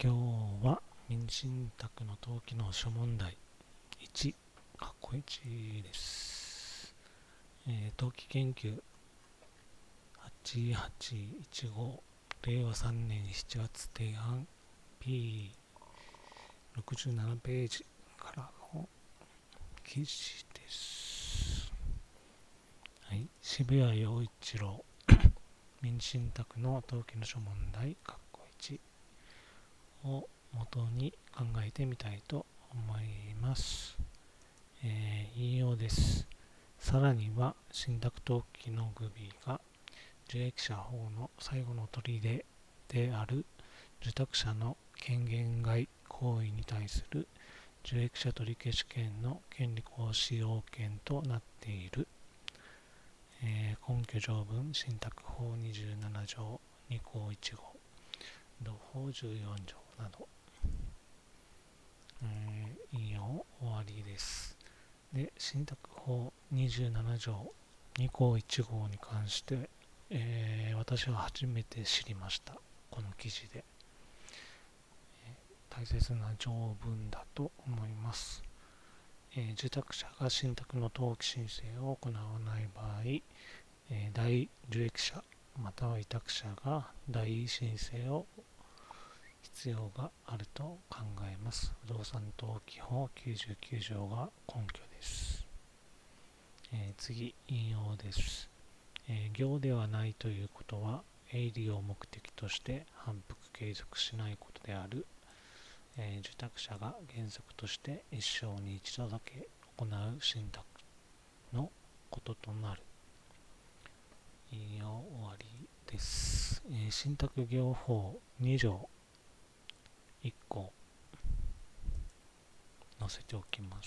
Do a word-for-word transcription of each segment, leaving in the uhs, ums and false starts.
今日は民信託の登記の諸問題いち、かっこいちです。えー、登記研究はちはちいちごれいわさんねんしちがつ提案 ピーろくじゅうなな ページからの記事です。はい、渋谷陽一郎民信託の登記の諸問題かっこいちを元に考えてみたいと思います。えー、引用です。さらには信託登記の具備が受益者法の最後の砦である受託者の権限外行為に対する受益者取消権の権利行使要件となっている、えー、根拠条文信託法にじゅうなな条に項いち号同法じゅうよん条など、えー、引用終わりです。で、信託法にじゅうなな条に項いち号に関して、えー、私は初めて知りました。この記事で、えー、大切な条文だと思います。えー、受託者が信託の登記申請を行わない場合、えー、代受益者または委託者が代位申請を必要があると考えます。不動産登記法きゅうじゅうきゅう条が根拠です。えー、次、引用です。えー、業ではないということは、営利を目的として反復継続しないことである。えー、受託者が原則として一生に一度だけ行う信託のこととなる。引用終わりです。えー、信託業法に条いっ項載せておきます。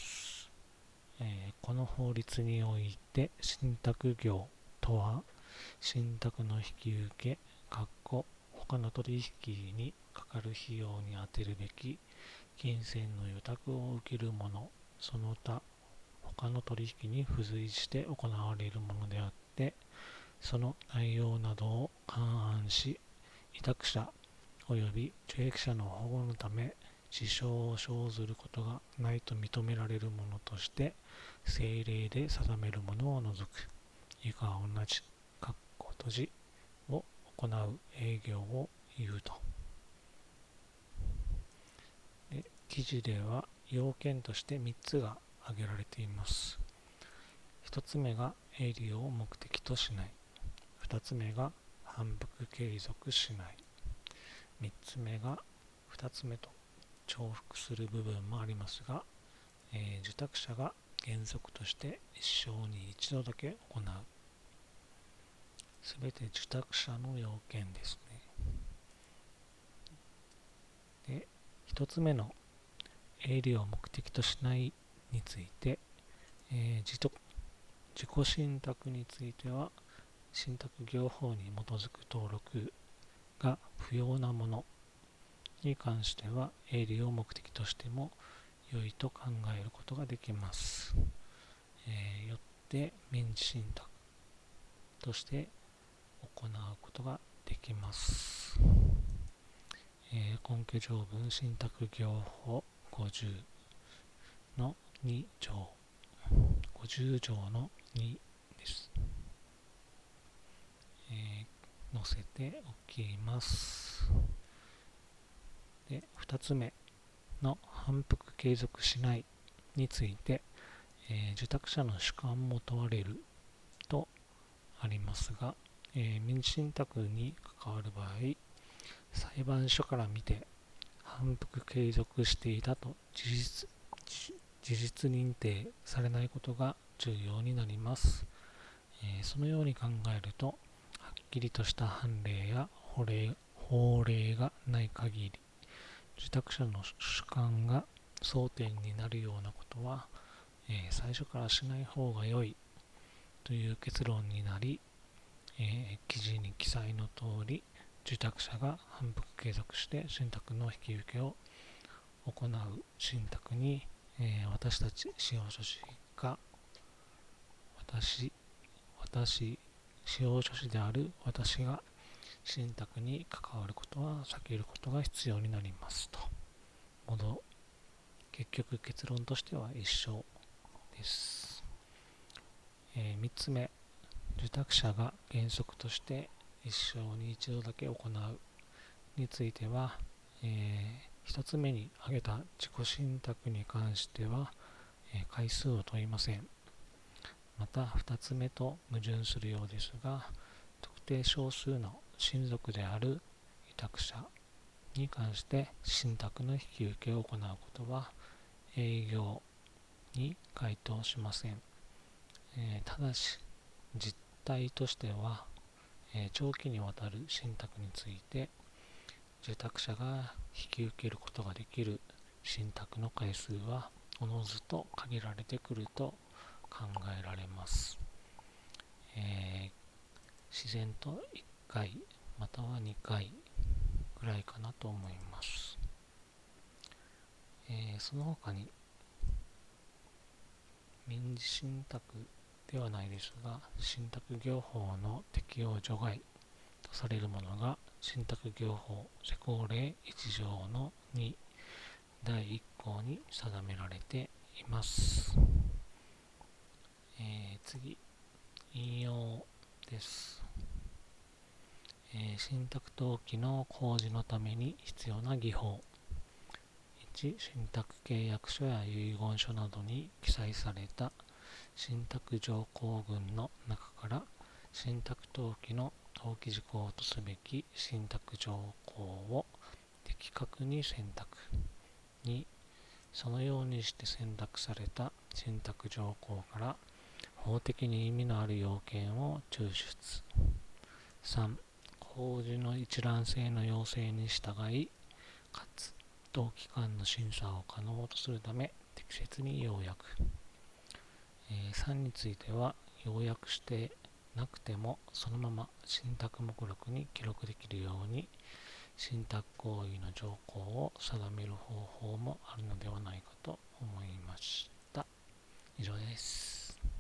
えー、この法律において信託業とは信託の引き受け、他の取引にかかる費用に充てるべき金銭の予託を受けるもの、その他他の取引に付随して行われるものであって、その内容などを勘案し、委託者及び受益者の保護のため支障を生ずることがないと認められるものとして政令で定めるものを除く以下同じ括弧閉じを行う営業を言うと。で、記事では要件としてみっつが挙げられています。ひとつめが営利を目的としない、ふたつめが反復継続しない、みっつめがふたつめと重複する部分もありますが、えー、受託者が原則として一生に一度だけ行う。すべて受託者の要件ですね。で、ひとつめの営利を目的としないについて、えー、自自己信託については信託業法に基づく登録が不要なものに関しては営利を目的としても良いと考えることができます。えー、よって民事信託として行うことができます。えー、根拠条文信託業法ごじゅうのに条ごじゅう条のにです。えー、載せておきます。で、ふたつめの反復継続しないについて、えー、受託者の主観も問われるとありますが、えー、民事信託に関わる場合、裁判所から見て反復継続していたと事実、事実認定されないことが重要になります。えー、そのように考えると、はっきりとした判例や法令、法令がない限り、受託者の主観が争点になるようなことは、えー、最初からしない方が良いという結論になり、えー、記事に記載の通り、受託者が反復継続して信託の引き受けを行う信託に、えー、私たち司法書士が私私司法書士である私が信託に関わることは避けることが必要になりますと。戻結局結論としては一緒です。えー、みっつめ、受託者が原則として一生に一度だけ行うについては、えー、ひとつめに挙げた自己信託に関しては、えー、回数を問いません。またふたつめと矛盾するようですが、特定少数の親族である委託者に関して信託の引き受けを行うことは営業に該当しません。えー、ただし実態としては、えー、長期にわたる信託について受託者が引き受けることができる信託の回数はおのずと限られてくると考えられます。えー、自然といっかいまたはにかいぐらいかなと思います。えー、その他に民事信託ではないですが、信託業法の適用除外とされるものが信託業法施行令いち条のにだいいっ項に定められています。えー、次、引用です。えー、信託登記の公示のために必要な技法。いち、信託契約書や遺言書などに記載された信託条項群の中から信託登記の登記事項とすべき信託条項を的確に選択。に、そのようにして選択された信託条項から法的に意味のある要件を抽出。さん、公示の一覧性の要請に従い、かつ同機関の審査を可能とするため適切に要約。えー、さんについては要約してなくてもそのまま信託目録に記録できるように信託行為の条項を定める方法もあるのではないかと思いました。以上です。